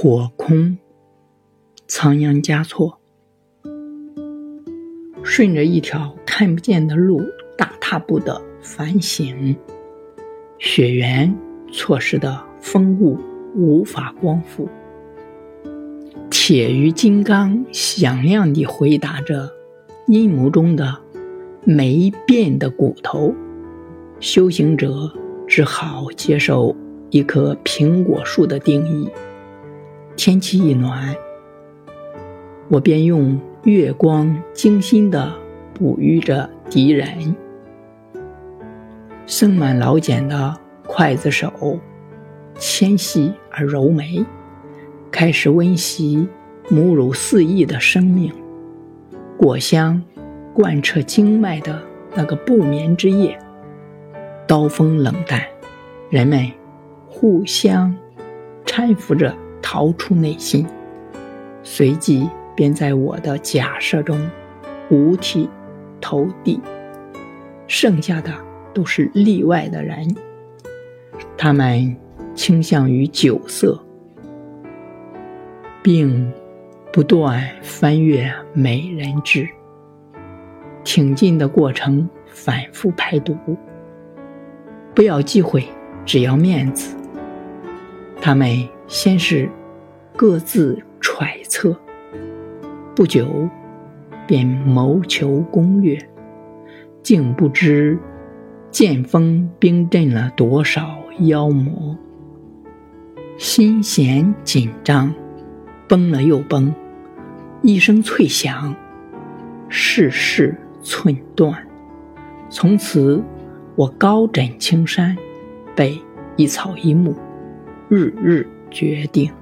火空，仓央嘉措。顺着一条看不见的路大踏步地反省，雪原错失的风物无法光复。铁鱼金刚响亮地回答着阴谋中的没变的骨头，修行者只好接受一棵苹果树的定义。天气一暖，我便用月光精心地哺育着敌人。生满老茧的刽子手纤细而柔美，开始温习母乳4亿的生命。果香贯彻经脉的那个不眠之夜，刀锋冷淡，人们互相搀扶着逃出内心，随即便在我的假设中五体投地。剩下的都是例外的人，他们倾向于酒色，并不断翻阅美人志。挺进的过程反复排毒，不要忌讳，只要面子。他们先是各自揣测，不久便谋求攻略，竟不知剑锋冰镇了多少妖魔。心弦紧张，崩了又崩，一声脆响，世事寸断。从此我高枕青山，被一草一木日日决定。